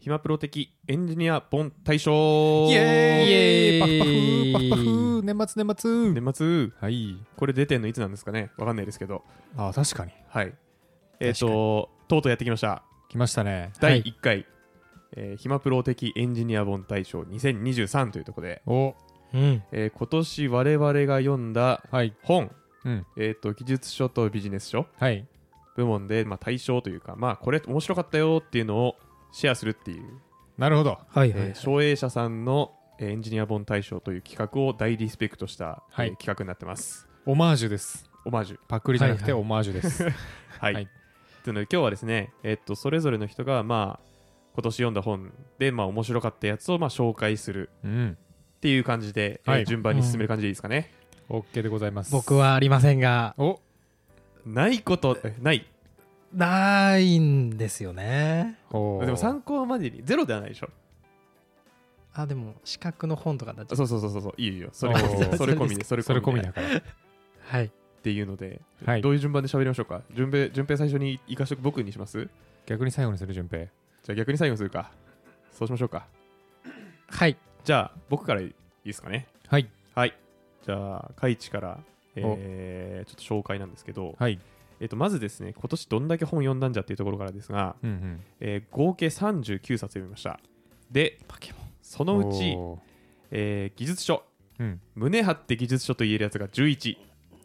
暇プロ的エンジニア本大賞。 イエーイパフパフパフパイエーイフ年末年末はいこれ出てんのいつなんですかね、わかんないですけど。 確かにはい確かにとうとうやってきました。 来ましたね第1回、暇プロ的エンジニア本大賞2023というところで、 おうん今年我々が読んだはい本、 うん技術書とビジネス書はい部門で、大賞というか、これ面白かったよっていうのをシェアするっていう、 なるほどはいはい、 奨励者さんのエンジニア本大賞という企画を大リスペクトした、 はい企画になってます。 オマージュですオマージュ。 パクリじゃなくてはいはいオマージュですはい。 はいというので今日はですね、それぞれの人が、今年読んだ本で、面白かったやつを、紹介するうんっていう感じで、 はい順番に進める感じでいいですかね。 OK でございます僕はありませんがおないことない。 ないんですよね。 おーでも参考までにゼロではないでしょ。 あでも資格の本とかだとそういいよいいよ。それ込みでおーそれ込みでそれそれ込みでっ込みだからはいていうので、 はいどういう順番で喋りましょうか。順平最初に行かして僕にします。 逆に最後にする順平じゃあ逆に最後にするか。そうしましょうか。 はいじゃあ僕からいいですかね。 はいはい。じゃあカイチから、ちょっと紹介なんですけど、 はいまずですね、今年どんだけ本読んだんじゃっていうところからですが、 うん合計39冊読みました。で、 ポケモンそのうち、 お技術書、 うん胸張って技術書と言えるやつが11、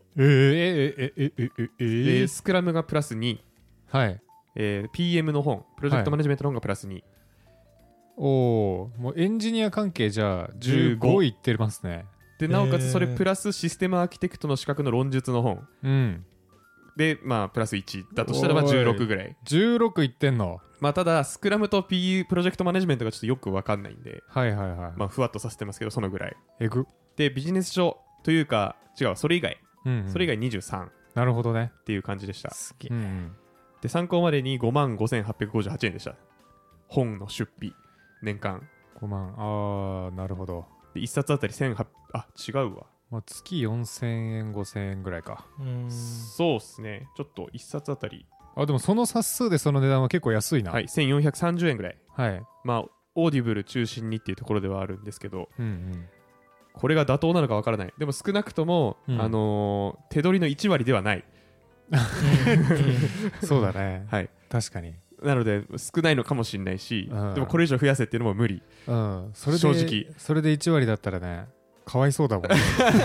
でスクラムがプラス2、 はい PM の本、プロジェクトマネジメントの本がプラス2、 おーもうエンジニア関係じゃあ 15 15いってますねでなおかつそれプラスシステムアーキテクトの資格の論述の本うんで、プラス1だとしたらおい 16ぐらい。 16いってんのただ、スクラムと PU プロジェクトマネジメントがちょっとよくわかんないんで、 はいはいはい、 ふわっとさせてますけど、そのぐらい。 えぐ、 で、ビジネス書というか、違う、それ以外、 うんうんそれ以外23っなるほどね、 ていう感じでした。 すげえ、 うんうん、 で、参考までに55,858円でした。本の出費、年間。 5万なるほど、 で1冊あたり1800、違うわ。 月4000円5000円ぐらいかそうっすね。ちょっと1冊あたり、 でもその冊数でその値段は結構安いなはい、1430円ぐらい。 はいオーディブル中心にっていうところではあるんですけど、 うんこれが妥当なのかわからない。でも少なくとも、 うん手取りの1割ではない。 うんそうだねはい。 確かになので少ないのかもしれないし、 うんでもこれ以上増やせっていうのも無理。 それで正直それで1割だったらねかわいそうだもん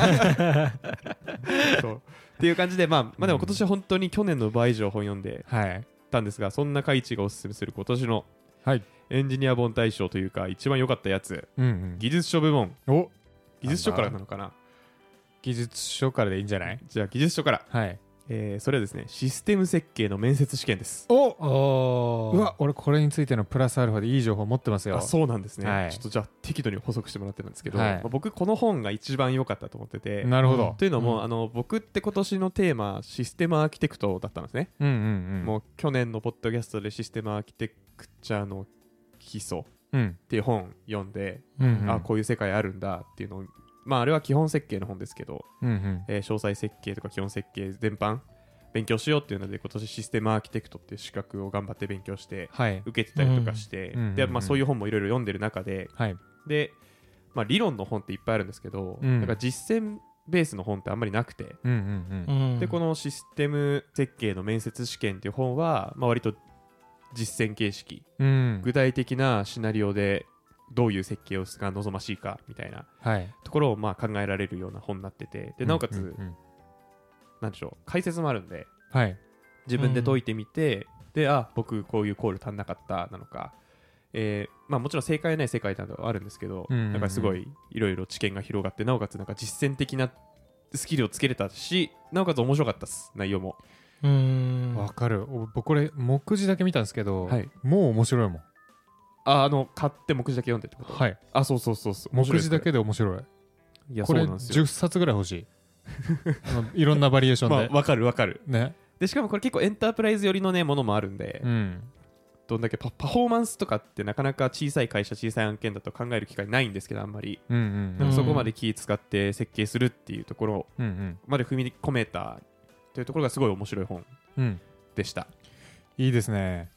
そうっていう感じで、でも今年は本当に去年の倍以上本読んではいたんですが、そんなカイチがおすすめする今年のはいエンジニア本大賞というか一番良かったやつ、 うん技術書部門。 お技術書からなのかな。 技術書からでいいんじゃないじゃあ技術書から、 はいそれはですね、システム設計の面接試験です。 おうわ俺これについてのプラスアルファでいい情報持ってますよそうなんですね、 はいちょっとじゃあ適度に補足してもらってるんですけど、 はい僕この本が一番良かったと思ってて、 なるほどというのも、僕って今年のテーマシステムアーキテクトだったんですね、 うんうんもう去年のポッドキャストでシステムアーキテクチャの基礎っうんていう本読んで、 うんこういう世界あるんだっていうのを、あれは基本設計の本ですけど、 うん詳細設計とか基本設計全般勉強しようっていうので今年システムアーキテクトっていう資格を頑張って勉強してはい受けてたりとかして、でそういう本もいろいろ読んでる中で、 はいで、理論の本っていっぱいあるんですけど、なんか実践ベースの本ってあんまりなくて、 うんうんでこのシステム設計の面接試験っていう本は、割と実践形式、 うん具体的なシナリオでどういう設計が望ましいかみたいなはいところを考えられるような本になってて、でなおかつ、 うんうんなんでしょう、解説もあるんではい自分で解いてみて、で僕こういうコール足んなかったなのか、もちろん正解ない世界などはあるんですけど、なんかすごいいろいろ知見が広がって、なおかつなんか実践的なスキルをつけれたし、なおかつ面白かったです内容も。 わかる僕これ目次だけ見たんですけど、 はい、 もう面白いもん買って目次だけ読んでってこと。 はいそう目次だけで面白いいやこれそうなんですよ 10冊ぐらい欲しいいろんなバリエーションでわかるねでしかもこれ結構エンタープライズ寄りのねものもあるんで、どんだけパフォーマンスとかってなかなか小さい会社小さい案件だと考える機会ないんですけど、あんまりでもそこまで気使って設計するっていうところまで踏み込めたというところがすごい面白い本でした。 いいですね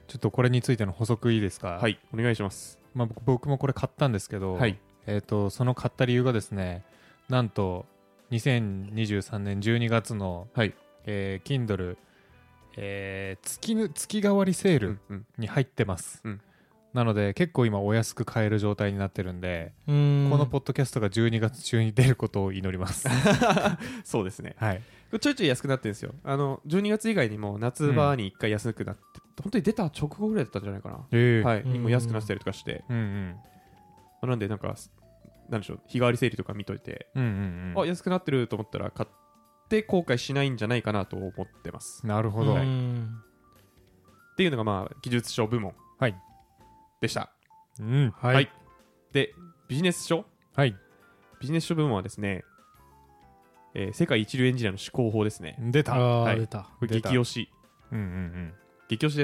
ちょっとこれについての補足いいですか？ はいお願いします。 まあ、僕もこれ買ったんですけど、 はい、 その買った理由がですね、なんと2023年12月の、 はい、 Kindle、月替わりセールに入ってます、 うん、 なので結構今お安く買える状態になってるんで、こののポッドキャストが12月中に出ることを祈りますそうですね、 はい、 ちょいちょい安くなってるんですよ。12月以外にも夏場に1回安くなって、本当に出た直後ぐらいだったんじゃないかな、はい、今安くなってたりとかして、なんでなんかなんでしょう、日替わりセールとか見といて、あ安くなってると思ったら買って後悔しないんじゃないかなと思ってます。 なるほど、 はい、っていうのがまあ技術書部門でした。はい、でビジネス書、ビジネス書部門はですね、世界一流エンジニアの思考法ですね。 出た、 出た。 これ激推し、激推しです。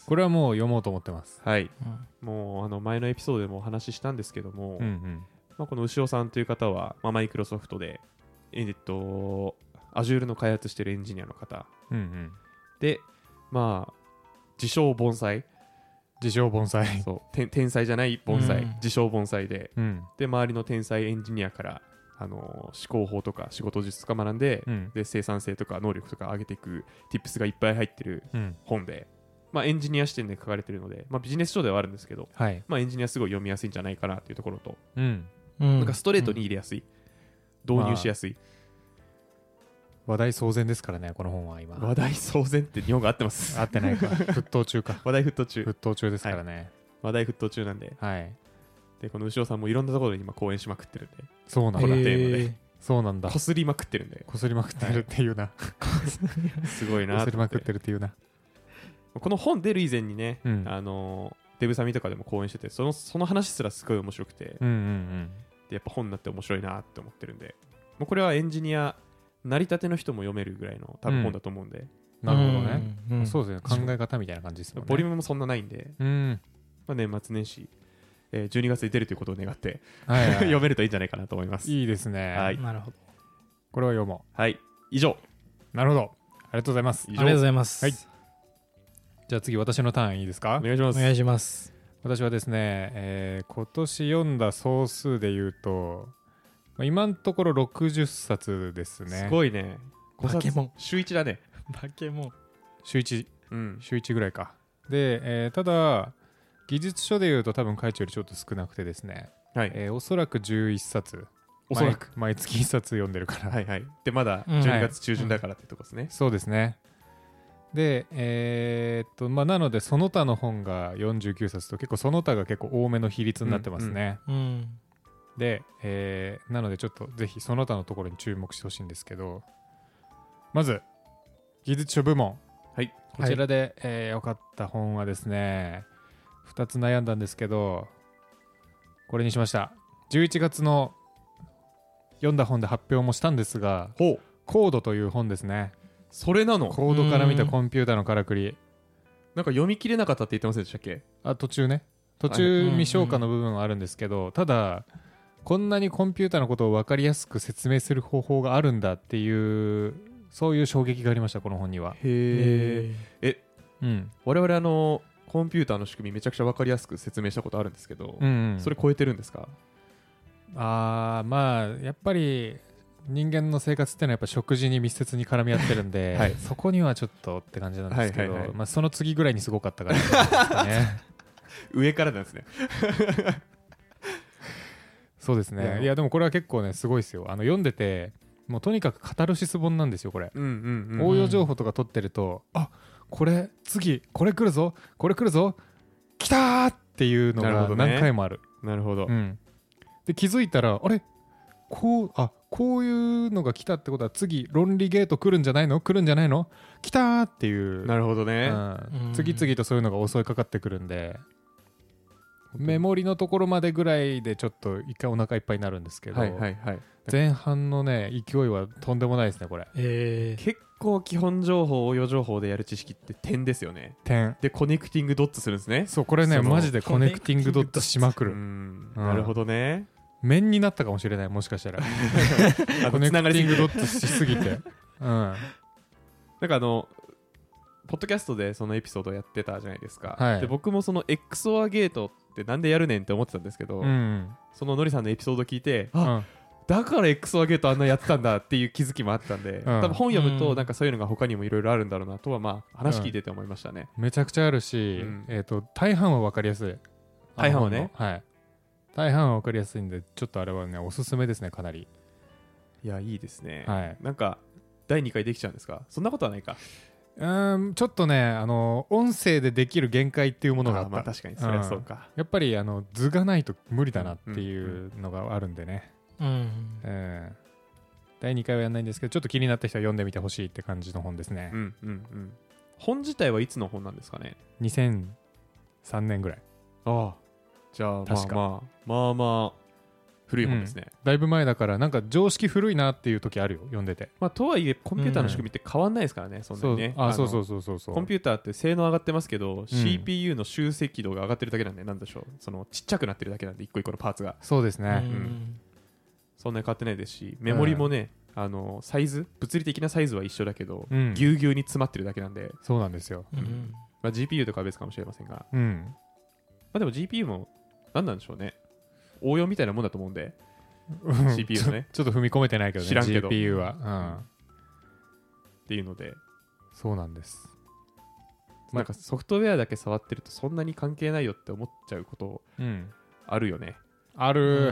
これはもう読もうと思ってます。 はい、もう前のエピソードでもお話ししたんですけども、まあ、この牛尾さんという方は、まあ、マイクロソフトでAzure の開発しているエンジニアの方、でまあ自称盆栽、そう天才じゃない盆栽、自称盆栽で、で周りの天才エンジニアから思考法とか仕事術とか学んで、で生産性とか能力とか上げていく Tips がいっぱい入ってる本で、まあ、エンジニア視点で書かれているので、まあ、ビジネス書ではあるんですけど、まあ、エンジニアすごい読みやすいんじゃないかなというところと、なんかストレートに入れやすい、導入しやすい、 話題騒然ですからね、この本は今。 話題騒然って日本語合ってます？ 合ってないか沸騰中か話題沸騰中ですからね、 話題沸騰中なんで、でこの牛尾さんもいろんなところで今講演しまくってるんで、 そうなんだ、 このテーマでそうなんだ、 こすりまくってるんで、 こすりまくってるっていうな、 すごいな、 こすりまくってるっていうな。 この本出る以前にね、デブサミとかでも講演してて、その話すらすごい面白くて、でやっぱ本になって面白いなって思ってるんで、もうこれはエンジニア成り立ての人も読めるぐらいの多分本だと思うんで、 なるほどね、そうですね、考え方みたいな感じですもんね。 ボリュームもそんなないんで、まあ、年末年始、12月に出るということを願って読めるといいんじゃないかなと思います。 いいですね、 なるほど、 これは読もう。はい、以上。 なるほど、ありがとうございます。 ありがとうございます。 はい、じゃあ次私のターンいいですか？ お願いします。 お願いします。 私はですね、今年読んだ総数で言うと、今のところ60冊ですね。 すごいね。 バケモン。 週1だね。 バケモン。 週1ぐらいか。で、ただ、技術書で言うと多分書いちゃうよりちょっと少なくてですね、おそらく11冊。 おそらく毎月1冊読んでるから。 で、まだ12月中旬だからってとこですね。 そうですね。で、まあ、なのでその他の本が49冊と結構その他が結構多めの比率になってますね。で、なのでちょっとぜひその他のところに注目してほしいんですけど、まず技術書部門、こちらで良かった本はですね、2つ悩んだんですけどこれにしました。11月の読んだ本で発表もしたんですが、コードという本ですね。 それなの？ コードから見たコンピューターのからくり。 なんか読み切れなかったって言ってませんでしたっけ？ 途中未消化の部分はあるんですけど、ただこんなにコンピューターのことを分かりやすく説明する方法があるんだっていう、そういう衝撃がありました、この本には。 へえ。我々コンピューターの仕組みめちゃくちゃ分かりやすく説明したことあるんですけど、それ超えてるんですか？ まあやっぱり人間の生活ってのはやっぱ食事に密接に絡み合ってるんで、そこにはちょっとって感じなんですけど、まあその次ぐらいにすごかったからですかね。 上からなんですね。 そうですね。いやでもこれは結構ねすごいですよ。読んでてもうとにかくカタルシス本なんですよこれ。応用情報とか取ってると、これ次これ来るぞ来たーっていうのが何回もある。 なるほど。 で気づいたらこういうのが来たってことは次論理ゲート来るんじゃないの来たーっていう。 なるほどね。 次々とそういうのが襲いかかってくるんで、メモリのところまでぐらいでちょっと一回お腹いっぱいになるんですけど、前半のね勢いはとんでもないですねこれ。 結構基本情報応用情報でやる知識って点ですよね。 点でコネクティングドッツするんですね。 そうこれねマジでコネクティングドッツしまくる。 なるほどね。 面になったかもしれない、もしかしたらコネクティングドッツしすぎてなんかポッドキャストでそのエピソードやってたじゃないですか、 はい、 で僕もその XOR ゲートってなんでやるねんって思ってたんですけど、そののりさんのエピソード聞いて、だから XOR ゲートあんなやってたんだっていう気づきもあったんで、多分本読むとなんかそういうのが他にもいろいろあるんだろうなとはまあ話聞いてて思いましたね、 めちゃくちゃあるし、大半は分かりやすい。 大半はね、 はい、大半は分かりやすいんでちょっとあれはねおすすめですね、かなり。 いやいいですね、 はい、 なんか第2回できちゃうんですか？そんなことはないか。 ちょっとね音声でできる限界っていうものがあった。 まあ確かにそれはそうか、 やっぱり図がないと無理だなっていうのがあるんでね、第2回はやんないんですけど、ちょっと気になった人は読んでみてほしいって感じの本ですね。 本自体はいつの本なんですかね ？2003年ぐらい。 ああ、じゃあまあ古い本ですね、 だいぶ前だからなんか常識古いなっていう時あるよ、読んでて。 まあとはいえコンピューターの仕組みって変わんないですからね、そんなにね。 そうコンピューターって性能上がってますけど、CPU の集積度が上がってるだけなんで、なんでしょう、そのちっちゃくなってるだけなんで、一個一個のパーツが。 そうですね、 そんなに変わってないですし、メモリもね、サイズ、物理的なサイズは一緒だけど、ぎゅうぎゅうに詰まってるだけなんで。 そうなんですよ、 まあ、GPU とかは別かもしれませんが、まあ、でも GPU も何なんでしょうね、応用みたいなもんだと思うんでCPU のねちょっと踏み込めてないけどね、 知らんけど GPU は、 っていうので、 そうなんです。 なんかソフトウェアだけ触ってるとそんなに関係ないよって思っちゃうことあるよね、 ある。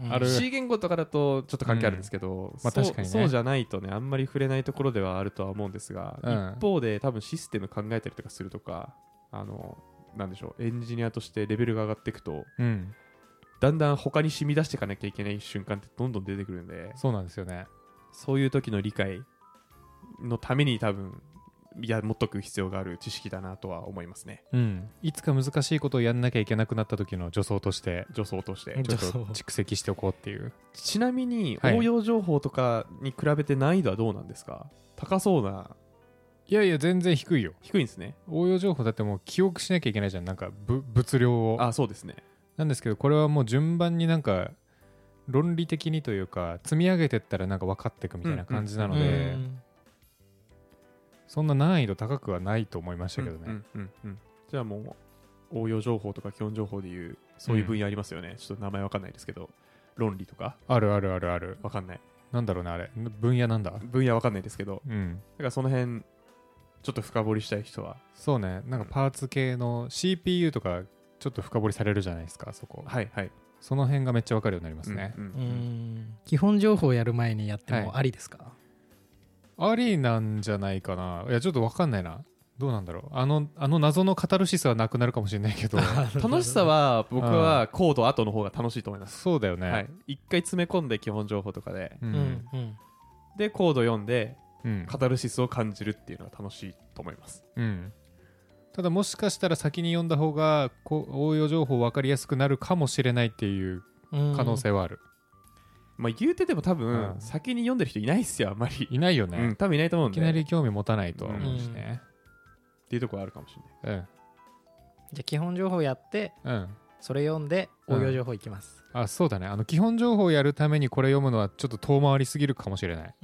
C 言語とかだとちょっと関係あるんですけど、 まあ確かにね、 そうじゃないとね、あんまり触れないところではあるとは思うんですが、一方で多分システム考えたりとかするとか、なんでしょう、エンジニアとしてレベルが上がっていくと、だんだん他に染み出していかなきゃいけない瞬間ってどんどん出てくるんで、 そうなんですよね。 そういう時の理解のために多分持っとく必要がある知識だなとは思いますね。 いつか難しいことをやんなきゃいけなくなった時の助走としてちょっと蓄積しておこうっていう。 ちなみに応用情報とかに比べて難易度はどうなんですか？高そうな。 いやいや全然低いよ。 低いんですね。 応用情報だってもう記憶しなきゃいけないじゃん、なんか物量を。 あ、そうですね。 なんですけどこれはもう順番になんか論理的にというか積み上げてったらなんか分かっていくみたいな感じなので、そんな難易度高くはないと思いましたけどね。 じゃあもう応用情報とか基本情報でいうそういう分野ありますよね、ちょっと名前分かんないですけど、論理とかある分かんない、 なんだろうね、あれ分野なんだ、 分野分かんないですけど、だからその辺ちょっと深掘りしたい人は、 そうね、なんかパーツ系の CPU とかちょっと深掘りされるじゃないですか、そこ。その辺がめっちゃ分かるようになりますね。 基本情報をやる前にやってもありですか？ ありなんじゃないかな。いやちょっと分かんないな、どうなんだろう。あの謎のカタルシスはなくなるかもしれないけど楽しさは僕はコード後の方が楽しいと思います。 そうだよね、 一回詰め込んで基本情報とかで、でコード読んで、カタルシスを感じるっていうのが楽しいと思います。 ただもしかしたら先に読んだ方が応用情報分かりやすくなるかもしれないっていう可能性はある。 まあ言うてでも多分先に読んでる人いないっすよ、あんまり。 いないよね、 多分いないと思うんで、 いきなり興味持たないとは思うしね、 っていうところあるかもしれない。 じゃあ基本情報やって、それ読んで応用情報いきます。 あ、そうだね、基本情報をやるためにこれ読むのはちょっと遠回りすぎるかもしれない。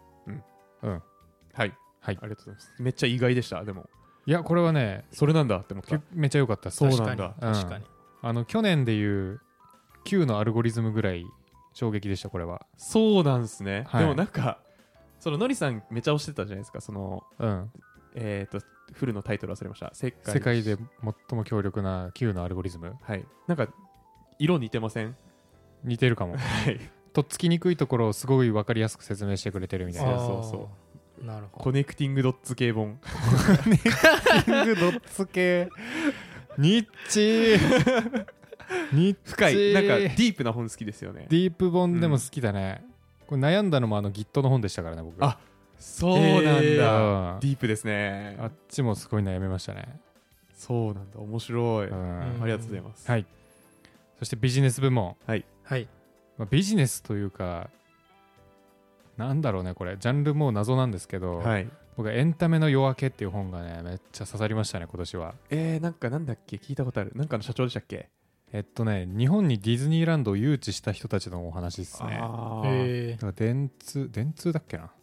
はい、ありがとうございます。めっちゃ意外でした。でもいやこれはね、 それなんだって思った。 めっちゃ良かった。 そうなんだ。 確かに。 去年でいう Q のアルゴリズムぐらい衝撃でした、これは。 そうなんですね。でもなんかそののりさんめちゃ押してたじゃないですか、そのフルのタイトル忘れました。世界で最も強力な Q のアルゴリズム。 なんか色似てません？ 似てるかも。とっつきにくいところをすごい分かりやすく説明してくれてるみたいな。 そうなるほど。 コネクティングドッツ系本。 コネクティングドッツ系ニッチ深い、なんかディープな本好きですよね。 ディープ本でも好きだね、これ悩んだのもGit の本でしたからね、僕。 あ、そうなんだ、ディープですね。 あっちもすごい悩みましたね。 そうなんだ、面白い、ありがとうございます。 そしてビジネス部門。ビジネスというかなんだろうね、これジャンルもう謎なんですけど、僕はエンタメの夜明けっていう本がねめっちゃ刺さりましたね、今年は。 なんだっけ、聞いたことある。なんかの社長でしたっけ？ 日本にディズニーランドを誘致した人たちのお話ですね。だから電通だっけな。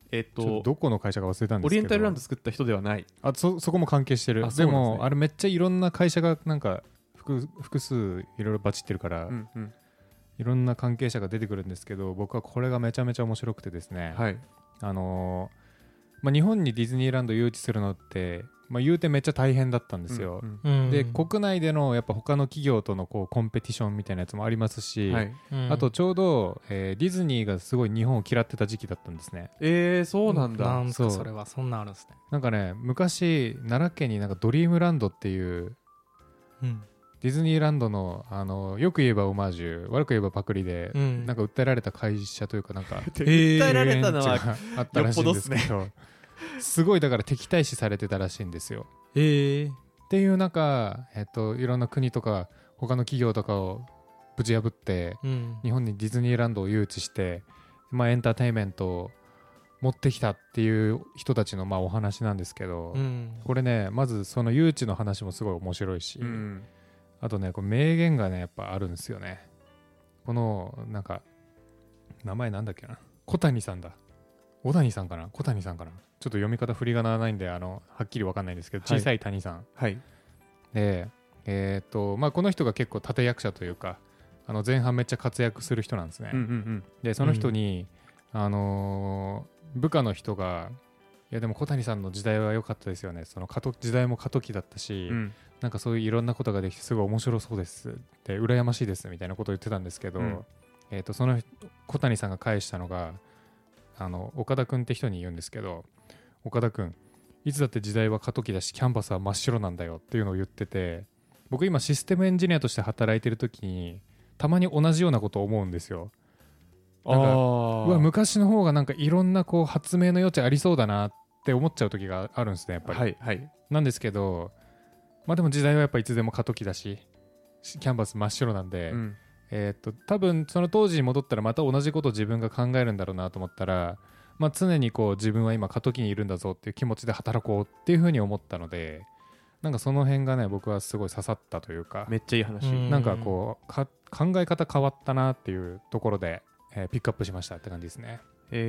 どこの会社か忘れたんですけど、 オリエンタルランド作った人ではない。 そこも関係してる。でもあれめっちゃいろんな会社がなんか複数いろいろバチってるから、うんうん、いろんな関係者が出てくるんですけど、僕はこれがめちゃめちゃ面白くてですね、 はい、 日本にディズニーランド誘致するのって、言うてめっちゃ大変だったんですよ、うんうん、で国内でのやっぱ他の企業とのこうコンペティションみたいなやつもありますし、はい、あとちょうど、ディズニーがすごい日本を嫌ってた時期だったんですね。 そうなんだ。 なんかそれはそんなあるんですね。 なんかね、昔奈良県になんかドリームランドっていう、うん、ディズニーランドの、よく言えばオマージュ、悪く言えばパクリで、うん、なんか訴えられた会社というかなんか訴えられたのはあったらしいんですけど、すごいだから敵対視されてたらしいんですよ。っていう中、いろんな国とか他の企業とかをぶち破って、うん、日本にディズニーランドを誘致して、エンターテインメントを持ってきたっていう人たちのお話なんですけど、うん、これね、まずその誘致の話もすごい面白いし、うん、あとね、これ名言がねやっぱあるんですよね。このなんか名前なんだっけな、小谷さんだ、小谷さんかな、小谷さんかな、ちょっと読み方振りがならないんではっきり分かんないんですけど、小さい谷さん、はい、でこの人が結構立役者というか、前半めっちゃ活躍する人なんですね、うんうんうん、でその人に、部下の人が、いやでも小谷さんの時代は良かったですよね、その時代も過渡期だったし、うん、なんかそういういろんなことができてすごい面白そうですで羨ましいですみたいなことを言ってたんですけど、うん、その小谷さんが返したのが、岡田君って人に言うんですけど、岡田君いつだって時代は過渡期だしキャンパスは真っ白なんだよっていうのを言ってて、僕今システムエンジニアとして働いてる時にたまに同じようなことを思うんですよ。なんかうわ昔の方がなんかいろんなこう発明の余地ありそうだなって思っちゃう時があるんですねやっぱり、はいはい、なんですけど、でも時代はやっぱいつでも過渡期だしキャンパス真っ白なんで、うん、多分その当時に戻ったらまた同じことを自分が考えるんだろうなと思ったら、常にこう自分は今過渡期にいるんだぞっていう気持ちで働こうっていうふうに思ったので、なんかその辺がね僕はすごい刺さったというか、 めっちゃいい話、 なんかこう考え方変わったなっていうところで、ピックアップしましたって感じですね。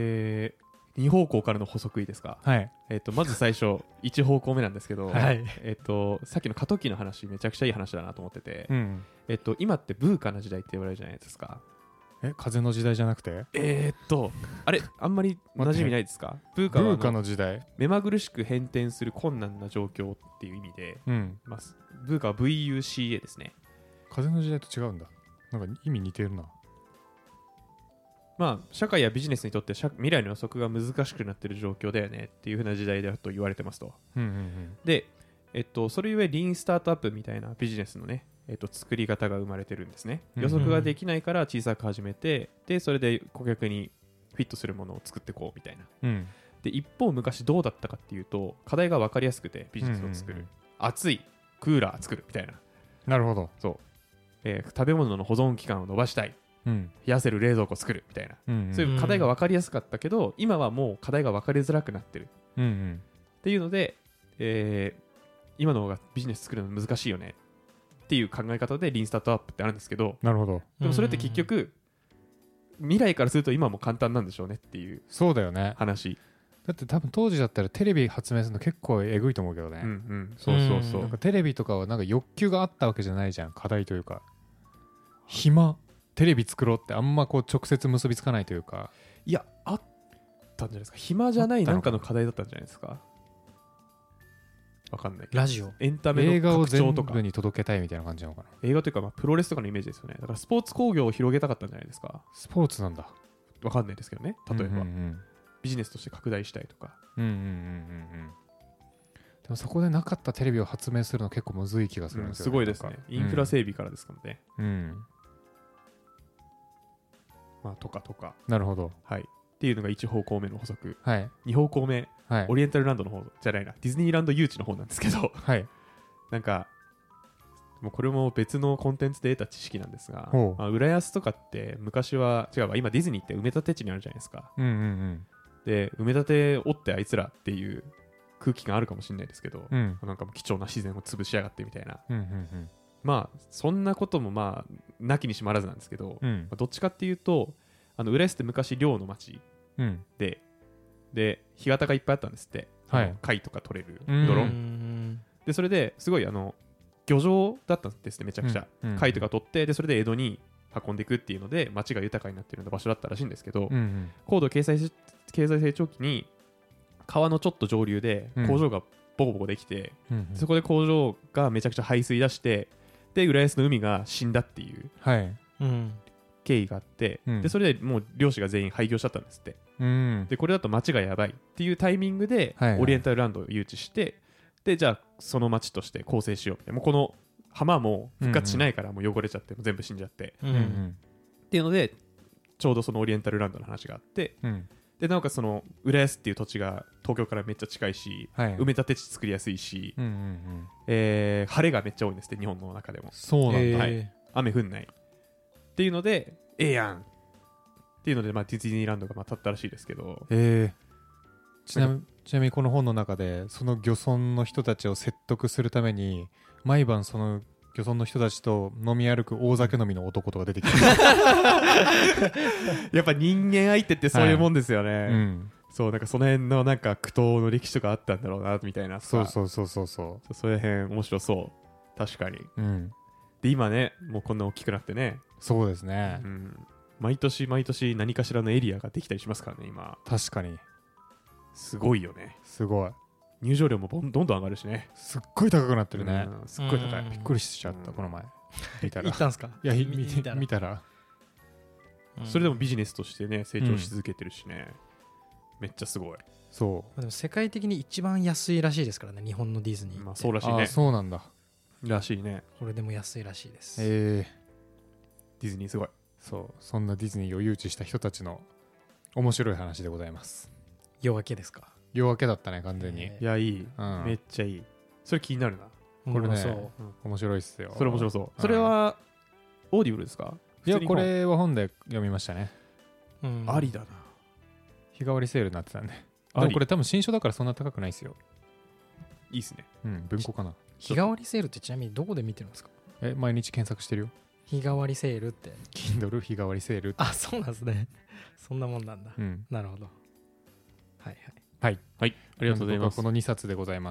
2方向からの補足いいですか。はい、まず最初1方向目なんですけど、はい、さっきの過渡期の話めちゃくちゃいい話だなと思ってて、うん、今ってブーカな時代って言われるじゃないですか。 風の時代じゃなくてあれあんまり馴染みないですか。ブーカの時代、 目まぐるしく変転する困難な状況っていう意味で、うん、ブーカは VUCA ですね。 風の時代と違うんだ。なんか意味似てるな。 社会やビジネスにとって未来の予測が難しくなっている状況だよねっていう風な時代だと言われてますと、うんうんうん、で、それゆえリーンスタートアップみたいなビジネスのね、作り方が生まれてるんですね、うんうん、予測ができないから小さく始めて、でそれで顧客にフィットするものを作っていこうみたいな、うん、で一方昔どうだったかっていうと、課題が分かりやすくてビジネスを作る、うんうんうん、暑いクーラー作るみたいな。 なるほど。 そう、食べ物の保存期間を伸ばしたい、うん、冷やせる冷蔵庫作るみたいな、うんうん、そういう課題が分かりやすかったけど、今はもう課題が分かりづらくなってる、うんうん、っていうので、今の方がビジネス作るの難しいよねっていう考え方でリーンスタートアップってあるんですけど、 なるほど。 でもそれって結局未来からすると今も簡単なんでしょうねっていう話。 そうだよね。だって多分当時だったらテレビ発明するの結構えぐいと思うけどね、うんうん、そうそうそう。なんかテレビとかはなんか欲求があったわけじゃないじゃん、課題というか。暇テレビ作ろうってあんまこう直接結びつかないというか。 いや、あったんじゃないですか。暇じゃないなんかの課題だったんじゃないですか。わかんないけど、 ラジオ、 エンタメの拡張とか、映画を全部に届けたいみたいな感じなのかな。 映画というか、プロレスとかのイメージですよね。だからスポーツ工業を広げたかったんじゃないですか。 スポーツなんだ。 わかんないですけどね。例えば、うんうんうん、ビジネスとして拡大したいとか。うんうんうんうんうん。 でもそこでなかったテレビを発明するの結構むずい気がするんですよね、 すごいですね。インフラ整備からですからね。うん。とか。 なるほど。 はい。っていうのが1方向目の補足。 はい。 2方向目、はい、オリエンタルランドの方じゃないな、ディズニーランド誘致の方なんですけど、 はい。 なんか、もうこれも別のコンテンツで得た知識なんですが、浦安とかって昔は、違うわ、今ディズニーって埋め立て地にあるじゃないですか。うんうんうん。で、埋め立ておってあいつらっていう空気感あるかもしれないですけど、うん、なんかもう貴重な自然を潰しやがってみたいな。うんうんうん、そんなこともなきにしもあらずなんですけど、どっちかっていうと、浦安って昔漁の町で、 で干潟がいっぱいあったんですって、 はい、 貝とか取れる泥で、それですごい漁場だったんですね、めちゃくちゃ、貝とか取って、でそれで江戸に運んでいくっていうので町が豊かになっているような場所だったらしいんですけど、高度経済成長期に川のちょっと上流で工場がボコボコできて、そこで工場がめちゃくちゃ排水出して、で浦安の海が死んだっていう経緯があって、でそれでもう漁師が全員廃業しちゃったんですって、でこれだと町がやばいっていうタイミングでオリエンタルランドを誘致して、でじゃあその町として構成しようみたいな、もうこの浜も復活しないからもう汚れちゃってもう全部死んじゃって、っていうのでちょうどそのオリエンタルランドの話があって、でなおかつその浦安っていう土地が東京からめっちゃ近いし、埋め立て地作りやすいし、晴れがめっちゃ多いんですって、日本の中でも。 そうなんだ、 雨降んないっていうのでええやんっていうので、ディズニーランドが建ったらしいですけど、 ちなみにこの本の中でその漁村の人たちを説得するために毎晩その漁村の人たちと飲み歩く大酒飲みの男とか出てきてやっぱ人間相手ってそういうもんですよね、そうなんかその辺のなんか苦闘の歴史とかあったんだろうなみたいな、 そういう辺面白そう、確かに、で今ねもうこんな大きくなってね、 そうですね、 毎年毎年何かしらのエリアができたりしますからね今。 確かにすごいよね、 すごい、 入場料もどんどん上がるしね、 すっごい高くなってるね、 すっごい高い、 びっくりしちゃった、この前見たら行ったんすか？ いや見たら、 それでもビジネスとしてね成長し続けてるしね、めっちゃすごい。 そうでも世界的に一番安いらしいですからね、日本のディズニーって。 そうらしいね。 そうなんだらしいね。 これでも安いらしいです。 ディズニーすごい。 そんなディズニーを誘致した人たちの面白い話でございます。 夜明けですか？ 夜明けだったね完全に。 いやいい、めっちゃいい。それ気になるな。 これね、面白いっすよ。 それ面白そう。それはオーディブルですか？ いやこれは本で読みましたね。 ありだな。 日替わりセールになってたんで。でもこれ多分新書だからそんな高くないっすよ。 いいっすね。 文庫かな。 日替わりセールってちなみにどこで見てるんですか？ 毎日検索してるよ。 日替わりセールって Kindle 日替わりセールって。 あ、そうなんですね。そんなもんなんだ。なるほど。はいありがとうございます。 この2冊でございます。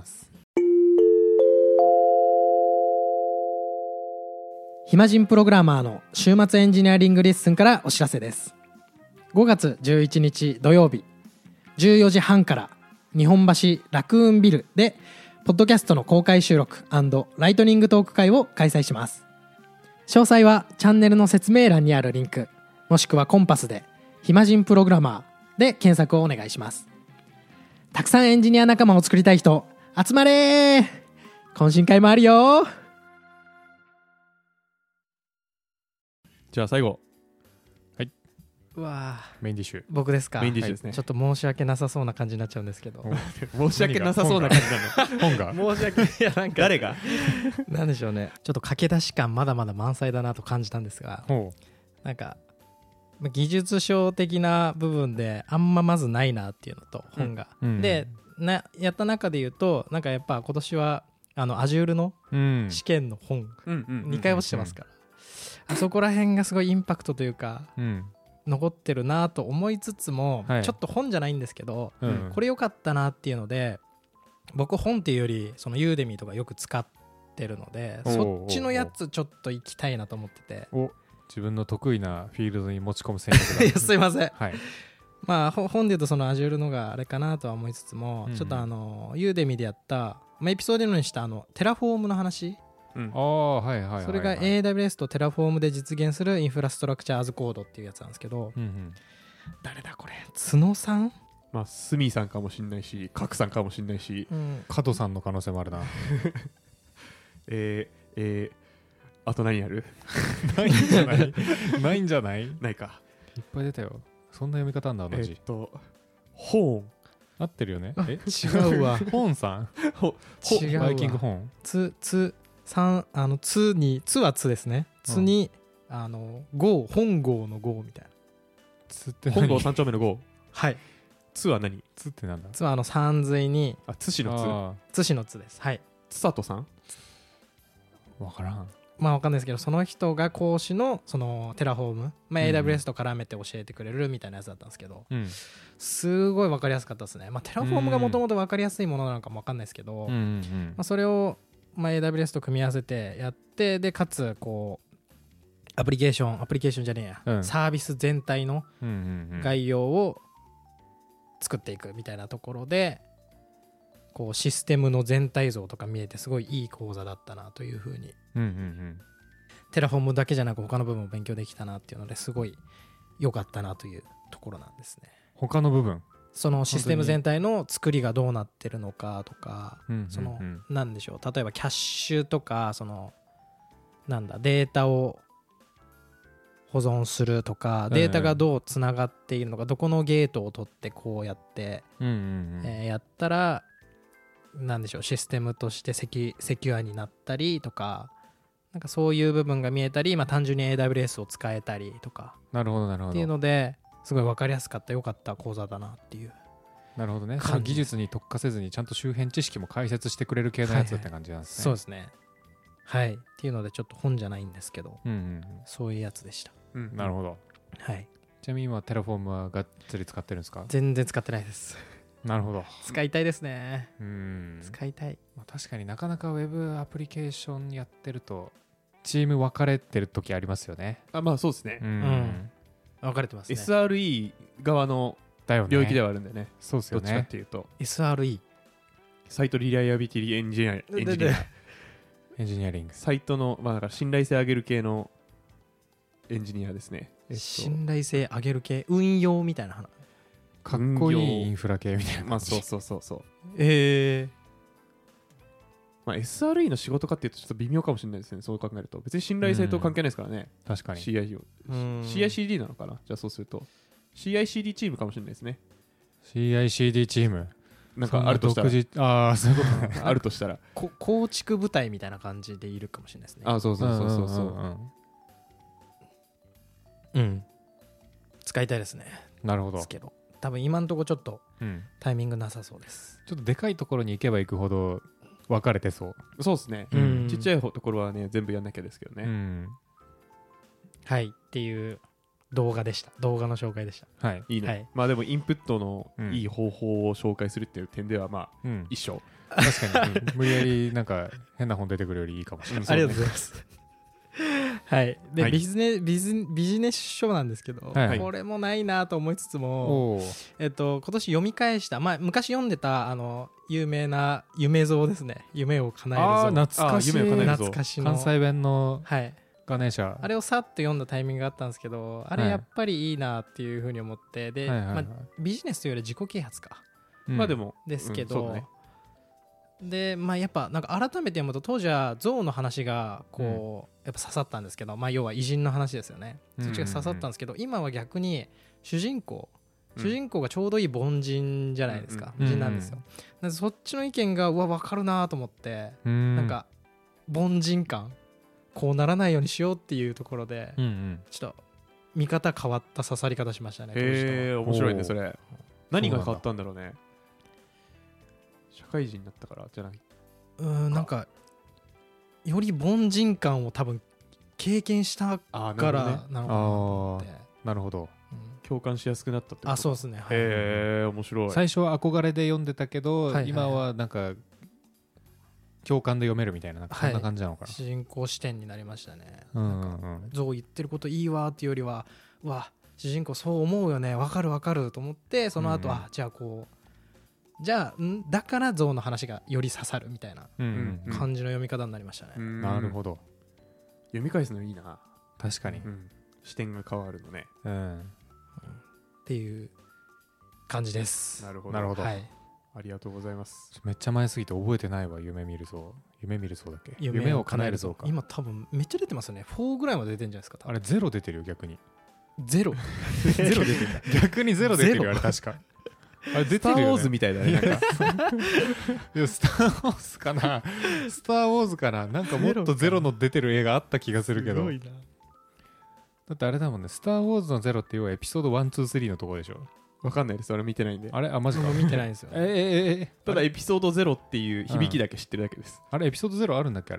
暇人プログラマーの週末エンジニアリングレッスンからお知らせです。5月11日土曜日14時半から日本橋ラクーンビルでポッドキャストの公開収録&ライトニングトーク会を開催します。詳細はチャンネルの説明欄にあるリンクもしくはコンパスで暇人プログラマーで検索をお願いします。たくさんエンジニア仲間を作りたい人集まれー。懇親会もあるよ。 じゃあ最後、 うわメインディッシュ。 僕ですか？ メインディッシュですね。 ちょっと申し訳なさそうな感じになっちゃうんですけど。 申し訳なさそうな感じなの？本が？ 申し訳いやなんか誰が？ なんでしょうね。ちょっと駆け出し感まだまだ満載だなと感じたんですが、なんか技術書的な部分であんままずないなっていうのと本が、でやった中で言うとなんかやっぱ今年はAzure の試験の本2回落ちてますから、あそこら辺がすごいインパクトというか、残ってるなと思いつつも、ちょっと本じゃないんですけど、これ良かったなっていうので、僕本っていうよりそのユーデミーとかよく使ってるので、そっちのやつちょっと行きたいなと思ってて。 自分の得意なフィールドに持ち込む戦略だ。 いやすいません、まあ本で言うとその Azure のがあれかなとは思いつつも、ちょっとユーデミーでやった、エピソードにしたテラフォームの話、それが AWS とテラフォームで実現するインフラストラクチャーズコードっていうやつなんですけど、誰だこれ、角さん、 スミさんかもしんないし、カクさんかもしんないし、 加藤さんの可能性もあるな。 あと何やる？ ないんじゃない？ないんじゃない？ ないか。 いっぱい出たよ。そんな読み方なんだ、字。 ホーン。 合ってるよね？ 違うわ。 ホーンさん？ 違うわ。 バイキングホーン？ つに、つはつですね。つに、号、本号の号みたいな。 つって本号三丁目の号。 はい。 つは何？ つってなんだ？ つは三髄に、 つしのつ。 つしのつです。はい。 つさとさん？ わからん。 まあわかんないですけど、その人が講師のそのテラフォーム、まあ、AWS と絡めて教えてくれるみたいなやつだったんですけど、 うん、 すごい分かりやすかったですね。まあテラフォームがもともと分かりやすいものなのかも分かんないですけど、まあ、それをまあ AWS と組み合わせてやって、でかつこうアプリケーションじゃねえや、サービス全体の概要を作っていくみたいなところで、こうシステムの全体像とか見えてすごいいい講座だったなというふうに、テラフォームだけじゃなく他の部分を勉強できたなっていうのですごい良かったなというところなんですね。 他の部分、 そのシステム全体の作りがどうなってるのかとか、そのなんでしょう、例えばキャッシュとか、そのなんだデータを保存するとか、データがどうつながっているのか、どこのゲートを取ってこうやってやったらなんでしょう、システムとしてセキュアになったりとか、なんかそういう部分が見えたり、まあ、単純に AWS を使えたりとか、 なるほどなるほど、 っていうのですごい分かりやすかった、良かった講座だなっていう。 なるほどね。技術に特化せずにちゃんと周辺知識も解説してくれる系のやつって感じなんですね。 そうですね。はい。っていうのでちょっと本じゃないんですけど、そういうやつでした。 なるほど。 はい。 ちなみに今テラフォームはがっつり使ってるんですか？ 全然使ってないです。 なるほど。 使いたいですね。使いたい。 まあ、確かになかなかウェブアプリケーションやってるとチーム分かれてる時ありますよね。 まあそうですね。 分かれてますね。 SRE 側の領域ではあるんだよね。 そうですよね。 どっちかっていうと SRE サイトリライアビリティエンジニアリング、サイトの、まあ、だから信頼性上げる系のエンジニアですね。 信頼性上げる系、運用みたいな話、 かっこいいインフラ系みたいな。 まあそうそう。まあ SRE の仕事かっていうとちょっと微妙かもしれないですね。そう考えると別に信頼性と関係ないですからね。 確かに。 CI/CD なのかな。じゃあそうすると CI/CD チームかもしれないですね。 CI/CD チームなんかあるとしたら、 そういうことあるとしたら構築部隊みたいな感じでいるかもしれないですね。 そう使いたいですね。 なるほど。 ですけど多分今のところちょっとタイミングなさそうです。 ちょっとでかいところに行けば行くほど分かれてそう。 そうですね。ちっちゃいところはね全部やんなきゃですけどね。 はいっていう動画でした。動画の紹介でした。 はい、いいね。まあでもインプットのいい方法を紹介するっていう点ではまあ一緒。 確かに無理やりなんか変な本出てくるよりいいかもしれない。 ありがとうございます。はいで、ビジネス書なんですけど、これもないなと思いつつも、今年読み返した、まあ昔読んでた有名な夢像ですね。夢を叶える像。 懐かしい。 懐かしの関西弁のガネーシャ。 あれをさっと読んだタイミングがあったんですけど、あれやっぱりいいなっていうふうに思って、で、ビジネスというより自己啓発か、 まあでもですけど、でまあやっぱなんか改めて読むと、当時は象の話がこうやっぱ刺さったんですけど、まあ要は偉人の話ですよね。そっちが刺さったんですけど、今は逆に主人公がちょうどいい凡人じゃないですか。凡人なんですよ。そっちの意見が分かるなと思って、なんか凡人感、こうならないようにしようっていうところで、ちょっと見方変わった刺さり方しましたね。 面白いねそれ。何が変わったんだろうね。社会人になったからじゃない？ なんかより凡人感を多分経験したからなのかなと思って。 なるほど。 共感しやすくなったってこと？ そうですね。 面白い。 最初は憧れで読んでたけど、今はなんか共感で読めるみたいな、なんかそんな感じなのかな。 主人公視点になりましたね。ゾウ言ってることいいわっていうよりは、主人公そう思うよね、わかるわかると思って、その後じゃあだからゾウの話がより刺さるみたいな感じの読み方になりましたね。 なるほど。 読み返すのいいな。 確かに、 視点が変わるのね。 っていう感じです。 なるほど。はい。ありがとうございます。 めっちゃ前すぎて覚えてないわ。夢見るぞだっけ。夢を叶えるぞか。 今多分めっちゃ出てますよね。4ぐらいまで出てるんじゃないですか。 あれ0出てるよ逆に。 ゼロ出てるんだ。 逆に0出てるよあれ確か。あれ出てるよね。スターウォーズみたいだね。なんかいやスターウォーズかな。スターウォーズかな。なんかもっと0の出てる映画あった気がするけど。すごいな。だってあれだもんね。スターウォーズの0って要はエピソード1、2、3のところでしょ。 わかんないです。俺見てないんで。 あれマジか。 見てないんですよ。 ただエピソード0っていう響きだけ知ってるだけです。 あれエピソード0あるんだっけあれ。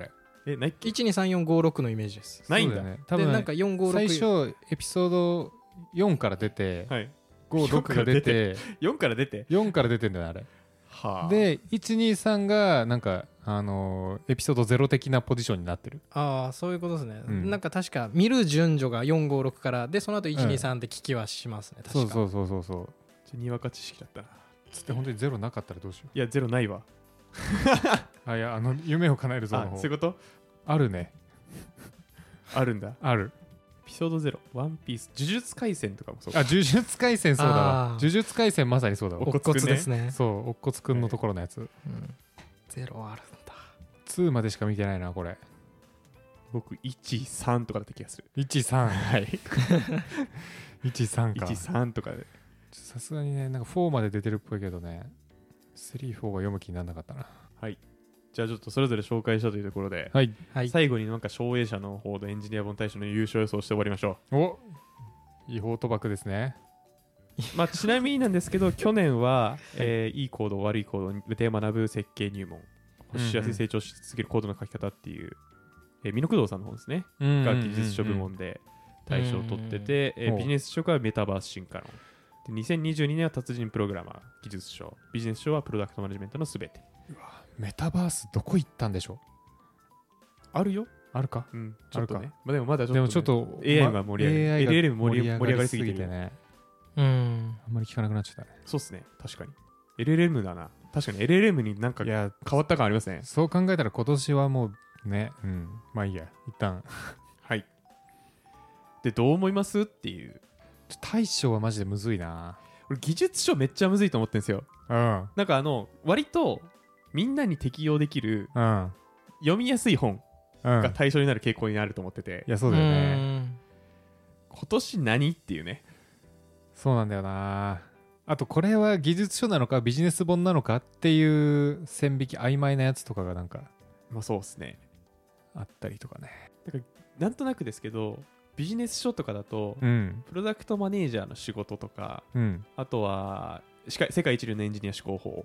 ないっけ？ 12345 のイメージです。 ないんだね。多分なんか456 最初エピソード4から出て、 はい、 5、6が出て 4から出て 4から出てんだよねあれ。 はあ、 で123がなんかエピソード0的なポジションになってる。 ああそういうことですね、 うん、 なんか確か見る順序が456からでその後123って聞きはしますね、確か。 そうにわか知識だったな。 つって本当にゼロなかったらどうしよう。 いやゼロないわいや夢を叶えるぞの方。 そういうこと？ あるね。 あるんだ。 ある。 エピソード0、ワンピース、呪術廻戦とかもそう。 あ、呪術廻戦そうだわ。呪術廻戦まさにそうだわ。 乙骨ですね。 そう、乙骨くんのところのやつ。 ゼロあるんだ。 2までしか見てないな、これ。 僕、1、3とかだった気がする。 1、3。 はい。 1、3か。 1、3とかで。 さすがにね、なんか4まで出てるっぽいけどね。3、4は読む気にならなかったな。 はい。じゃあちょっとそれぞれ紹介したというところで、 はい、 最後になんか奨励者の方でエンジニア本大賞の優勝予想して終わりましょう。お、違法賭博ですね。 まあちなみになんですけど去年は、いいコード悪いコードで学ぶ設計入門、しやすい成長し続けるコードの書き方っていう、美濃工藤さんの方ですね、が技術書部門で大賞を取ってて、ビジネス書がメタバース進化論で、2022年は達人プログラマー技術書、ビジネス書はプロダクトマネジメントのすべて。 メタバースどこ行ったんでしょう。 あるよ。 あるか。 うん、ちょっとね。まあ、でもまだちょっと、ね、 でもちょっと AI が盛り上がり、LLM 盛り上がりすぎてね。 あんまり聞かなくなっちゃったね。 そうっすね。確かに。LLM だな。確かに LLM になんか変わった感ありますね。 そう考えたら今年はもうね、まあいいや、一旦。 はい。で、どう思いますっていう。 大賞はマジでむずいな。 俺、技術書めっちゃむずいと思ってるんですよ。なんか割と、みんなに適用できる、読みやすい本が対象になる傾向にあると思ってて、 いやそうだよね。 今年何っていうね。 そうなんだよな。あとこれは技術書なのかビジネス本なのかっていう線引き曖昧なやつとかがなんかまあそうですねあったりとかね。 なんとなくですけどビジネス書とかだと、プロダクトマネージャーの仕事とか、あとは世界一流のエンジニア思考法、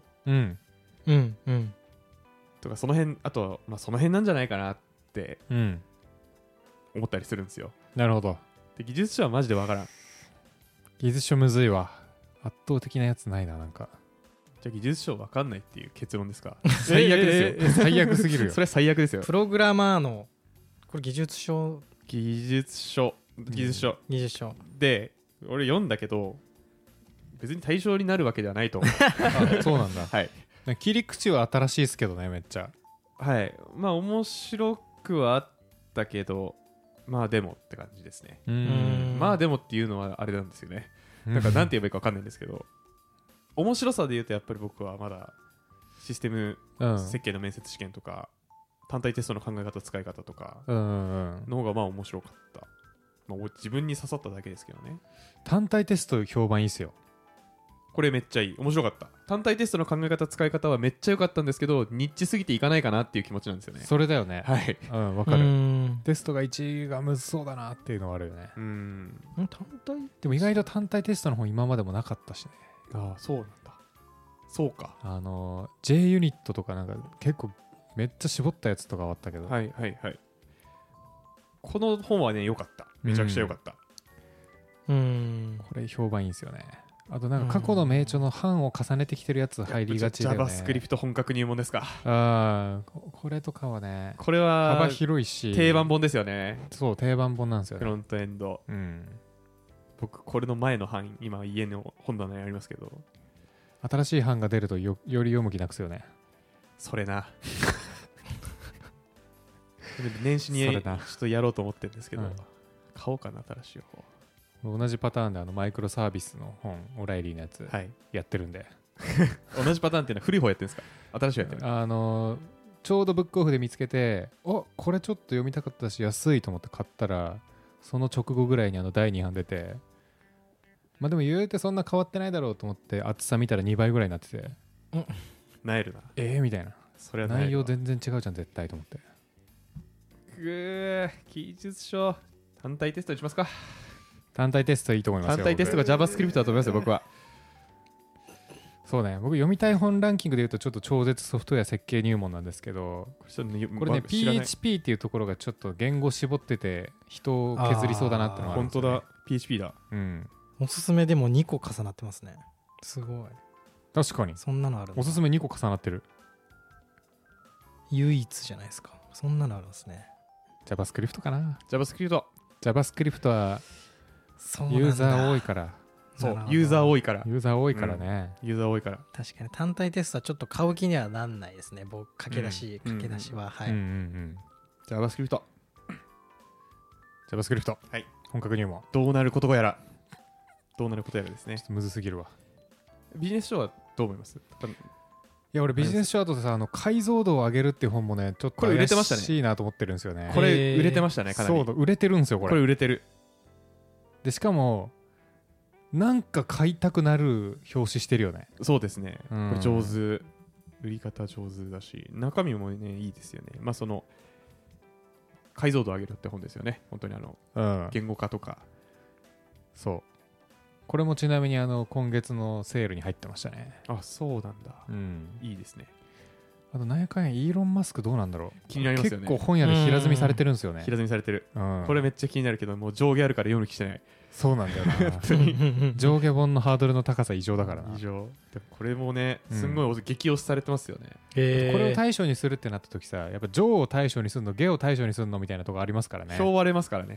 とかその辺、あとは、まあ、その辺なんじゃないかなって思ったりするんですよ。 なるほど。 で技術書はマジでわからん。 技術書むずいわ。圧倒的なやつないな。なんかじゃあ技術書わかんないっていう結論ですか？最悪ですよ。 最悪すぎるよ。 それは最悪ですよ。 プログラマーのこれ技術書で俺読んだけど別に対象になるわけではないと思う。 あ、そうなんだ。 はい。 切り口は新しいですけどね、めっちゃ。 はい。まあ面白くはあったけど、まあでもって感じですね。まあでもっていうのはあれなんですよね。なんかなんて言えばいいか分かんないんですけど、面白さで言うとやっぱり僕はまだシステム設計の面接試験とか、単体テストの考え方使い方とかの方がまあ面白かった。まあ自分に刺さっただけですけどね。 単体テスト評判いいっすよ。 これめっちゃいい。面白かった。単体テストの考え方使い方はめっちゃ良かったんですけど、ニッチすぎていかないかなっていう気持ちなんですよね。 それだよね。 はい。 わかる。テストが1がむずそうだなっていうのはあるよね。 単体でも意外と単体テストの方今までもなかったしね。 ああ、そうなんだ。そうか。 J ユニットとかなんか結構めっちゃ絞ったやつとかあったけど。 はいはいはい。この本はね、良かった。めちゃくちゃ良かった。 これ評判いいんですよね。あとなんか過去の名著の版を重ねてきてるやつ入りがちだよね。 JavaScript 本格入門ですか。 これとかはね、 これは幅広いし定番本ですよね。 そう、定番本なんですよね。 フロントエンド。僕これの前の版今家の本棚にありますけど、 新しい版が出るとより読む気なくすよね。 それな。年始にちょっとやろうと思ってるんですけど、買おうかな新しい方。 同じパターンでマイクロサービスの本、オライリーのやつやってるんで、 同じパターンっていうのは古い方やってるんですか？新しい方やってる？ ちょうどブックオフで見つけて、これちょっと読みたかったし安いと思って買ったら、その直後ぐらいに第2版出て、まあでも言うてそんな変わってないだろうと思って厚さ見たら2倍ぐらいになってて、 なえるな。 みたいな。 それは内容全然違うじゃん絶対と思って。 技術書単体テストにしますか。 単体テストいいと思いますよ。 単体テストが JavaScript だと思いますよ僕は。 そうね、僕読みたい本ランキングでいうとちょっと超絶ソフトウェア設計入門なんですけど、これね PHP っていうところがちょっと言語絞ってて人を削りそうだなってのがあるんですよね。 本当だ PHP だ。 おすすめでも2個重なってますね。すごい。 確かにそんなのあるんだ。 おすすめ2個重なってる。 唯一じゃないですか。そんなのあるんですね。 JavaScript かな。 JavaScript はユーザー多いから。 そうユーザー多いからね、 ユーザー多いから。 確かに単体テストはちょっと買う気にはなんないですね。僕駆け出しは、はい。 JavaScript はい、本格入門。 どうなることやらですね。 ちょっとむずすぎるわ。 ビジネス書はどう思います？ いや俺ビジネス書だとさ、解像度を上げるっていう本もねちょっと怪しいなと思ってるんですよね。 これ売れてましたね。かなりそう売れてるんですよ。これ売れてる。 でしかもなんか買いたくなる表紙してるよね。 そうですね、これ上手、売り方上手だし中身もねいいですよね。まあその解像度を上げるって本ですよね。本当に言語化とか。 そうこれもちなみに今月のセールに入ってましたね。 あ、そうなんだ。いいですね。 あと何やかんやイーロン・マスクどうなんだろう。 気になりますよね。 結構本屋で平積みされてるんですよね。 平積みされてる、これめっちゃ気になるけどもう上下あるから読む気してない。 そうなんだよな上下本のハードルの高さ異常だからな。 異常でこれもねすんごい激推しされてますよね。 これを対象にするってなった時さ、やっぱ上を対象にするの下を対象にするのみたいなとこありますからね。 票割れますからね。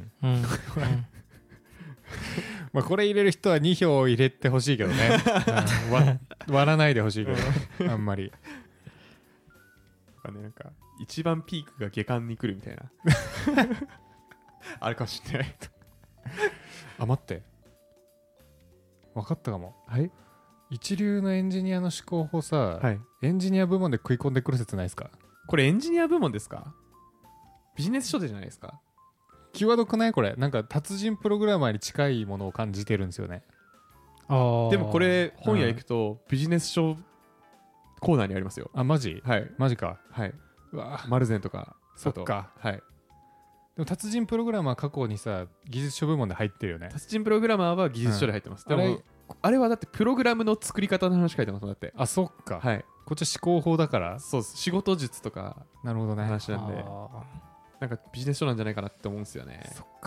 まあこれ入れる人は2票入れてほしいけどね割らないでほしいけどあんまりなんか一番ピークが下巻に来るみたいなあるかもしれないあ、待って分かったかも。 はい、 一流のエンジニアの思考法さ、 はい、 エンジニア部門で食い込んでくる説ないですか？ これエンジニア部門ですか？ビジネス書でじゃないですか？ 際どくない？これなんか達人プログラマーに近いものを感じてるんですよね。 でもこれ本屋行くとビジネス書コーナーにありますよ。 あ、マジ？ はい、 マジか。 はい、 うわマルゼンとか。 そっか。 はい。 でも達人プログラマー過去にさ技術書部門で入ってるよね。 達人プログラマーは技術書で入ってます、でもあれはだってプログラムの作り方の話書いてますもん。だって。 あ、そっか。 はい、 こっちは思考法だから。 そうです。仕事術とかなるほどね話なんで、なんかビジネス書なんじゃないかなって思うんですよね。 そっか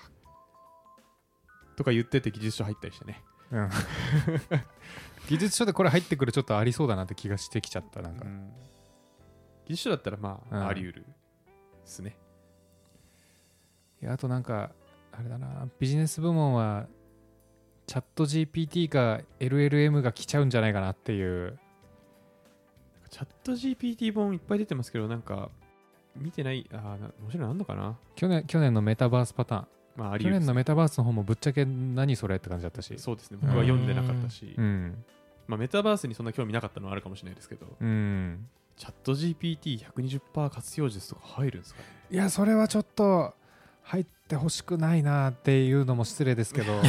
とか言ってて技術書入ったりしてね。 技術書でこれ入ってくるちょっとありそうだなって気がしてきちゃった。なんか、 技術書だったらまあ、あり得るですね。 いや、あとなんかあれだな、ビジネス部門はチャット GPT か LLM が来ちゃうんじゃないかなっていう。 チャット GPT 本いっぱい出てますけどなんか見てない。もちろんあんのかな。 去年のメタバースパターン、 まあ、 去年のメタバースの方もぶっちゃけ何それって感じだったし。 そうですね、僕は読んでなかったし、まあ、メタバースにそんな興味なかったのはあるかもしれないですけど、チャット GPT120% 活用術とか入るんですかね。 いや、それはちょっと入ってほしくないなっていうのも失礼ですけど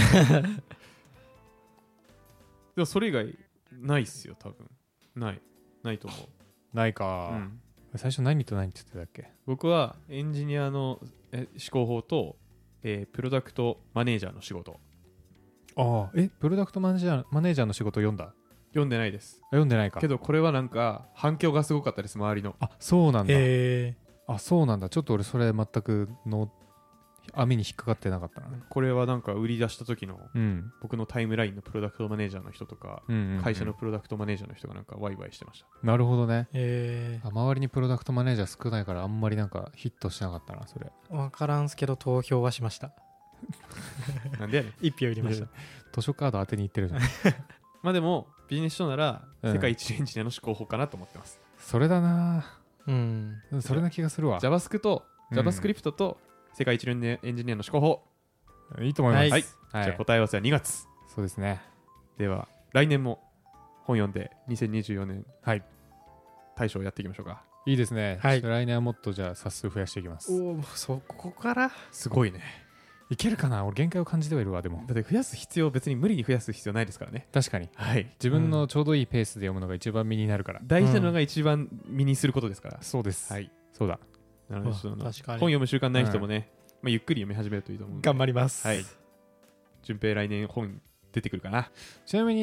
でもそれ以外ないっすよ多分。ないと思う。 ないか、最初何と何って言ってたっけ？ 僕はエンジニアの思考法と、プロダクトマネージャーの仕事。 プロダクトマネージャーの仕事読んだ？ 読んでないです。 読んでないか。 けどこれはなんか反響がすごかったです、周りの。 あ、そうなんだ。そうなんだ。ちょっと俺それ全く網に引っかかってなかったな。 これはなんか売り出した時の、僕のタイムラインのプロダクトマネージャーの人とか、会社のプロダクトマネージャーの人がなんかワイワイしてました。 なるほどね。周りにプロダクトマネージャー少ないからあんまりなんかヒットしなかったな。それ分からんすけど投票はしましたなんでやねん。 一票入れました図書カード当てに行ってるじゃんまあでもビジネス書なら世界一エンジニアの思考法かなと思ってます、 それだな。それな気がするわ。 JavaScript と世界一流エンジニアの思考法、いいと思います。 はい、じゃあ答え合わせは2月。 そうですね。 では来年も本読んで2024年大賞をやっていきましょうか。 いいですね、来年はもっとじゃあ冊数増やしていきます。 そこからすごいね。 いけるかな。俺限界を感じてはいるわ。でもだって増やす必要、別に無理に増やす必要ないですからね。 確かに、自分のちょうどいいペースで読むのが一番身になるから、 大事なのが一番身にすることですから。 そうです。そうだ。 なので本読む習慣ない人もね、ゆっくり読み始めるといいと思う。 頑張ります。 順平来年本出てくるかな。 ちなみに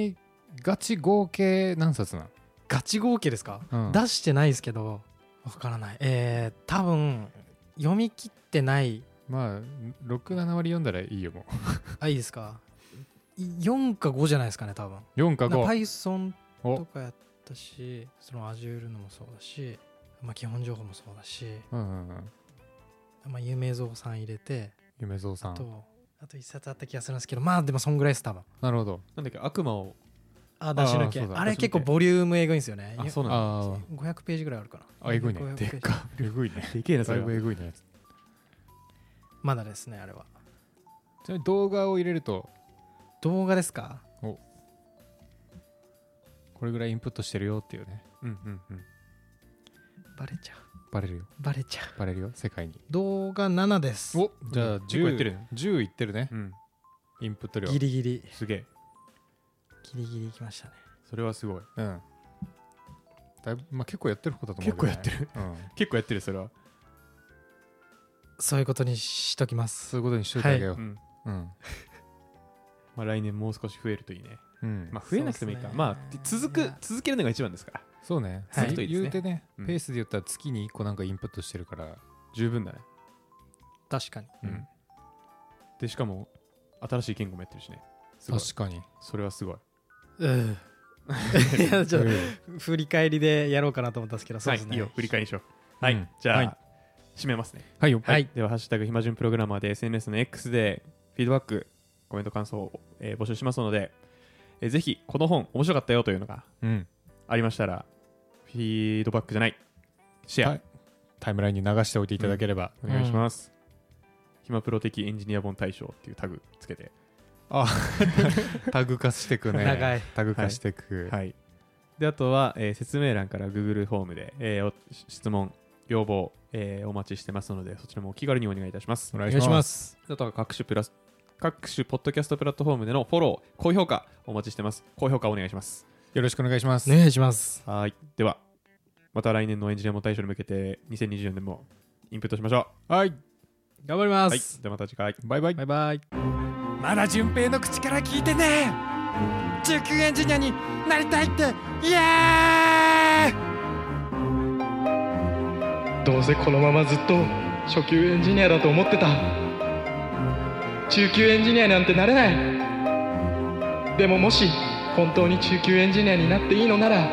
ガチ合計何冊なの？ ガチ合計ですか、出してないですけどわからない。多分読み切ってない。 まあ6、7割読んだらいいよもういいですか。4か5じゃないですかね多分。 4か5。 Python とかやったし、その Azure のもそうだし、まあ、基本情報もそうだし、まあ、夢蔵さん入れて、 夢蔵さんあと1冊あった気がするんですけど、まあでもそんぐらいです多分。 なるほど。 なんだっけ、悪魔を出し抜け。あれ結構ボリュームえぐいんですよね。 そうなんだ。 500ページぐらいあるかな。 えぐいね。でかえぐいね。 でけえなそれ。 だいぶえぐいね。 まだですねあれは。 ちなみに動画を入れると。 動画ですか。 これぐらいインプットしてるよっていうね。 バレちゃう。 バレるよ。 バレちゃう。 バレるよ世界に。 動画7です。 じゃあ10いってるね。10いってるね。インプット量。 ギリギリ。 すげえ。 ギリギリいきましたね。 それはすごい。 だいぶまあ結構やってる方だと思う。 結構やってる。結構やってるそれは。 そういうことにしときます。 そういうことにしといてあげよう。 まあ来年もう少し増えるといいね。まあ増えなくてもいいか。まあ続けるのが一番ですから。 そうね。言うてね、ペースで言ったら月に1個なんかインプットしてるから十分だね。 確かに。 でしかも新しい言語もやってるしね。 確かに。 それはすごい。 いやちょっと振り返りでやろうかなと思ったんですけど、そうですね。 いいよ振り返りしよう。はい。じゃあ締めますね。 はい。 ではハッシュタグ暇人プログラマーで SNS の X でフィードバック、コメント感想を募集しますので、ぜひこの本面白かったよというのがありましたら、フィードバックじゃないシェア、 タイムラインに流しておいていただければお願いします。暇プロ的エンジニア本大賞っていうタグつけて、 タグ化してくね。 長い。 タグ化してく。 はい。であとは、説明欄から Google フォームで、質問要望、お待ちしてますので、そちらもお気軽にお願いいたします。 お願いします。 あとは各種ポッドキャストプラットフォームでのフォロー、高評価お待ちしてます。高評価お願いします。 よろしくお願いします。 お願いします。 はい。ではまた来年のエンジニア本大賞に向けて2020年もインプットしましょう。はい。 頑張ります。 はい。ではまた次回。 バイバイ。 バイバイ。 まだ順平の口から聞いてね。中級エンジニアになりたいって。イエーイ。 どうせこのままずっと初級エンジニアだと思ってた。中級エンジニアなんてなれない。でももし本当に中級エンジニアになっていいのなら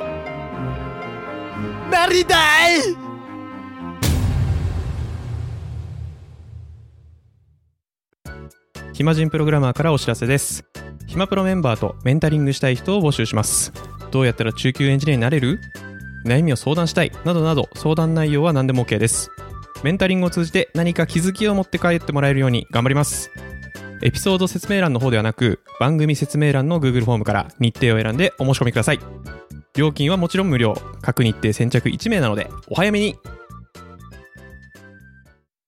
なりたい。 暇人プログラマーからお知らせです。暇プロメンバーとメンタリングしたい人を募集します。どうやったら中級エンジニアになれる？悩みを相談したいなどなど、相談内容は何でも OK です。メンタリングを通じて何か気づきを持って帰ってもらえるように頑張ります。エピソード説明欄の方ではなく、番組説明欄の Google フォームから日程を選んでお申し込みください。料金はもちろん無料、各日程先着1名なのでお早めに。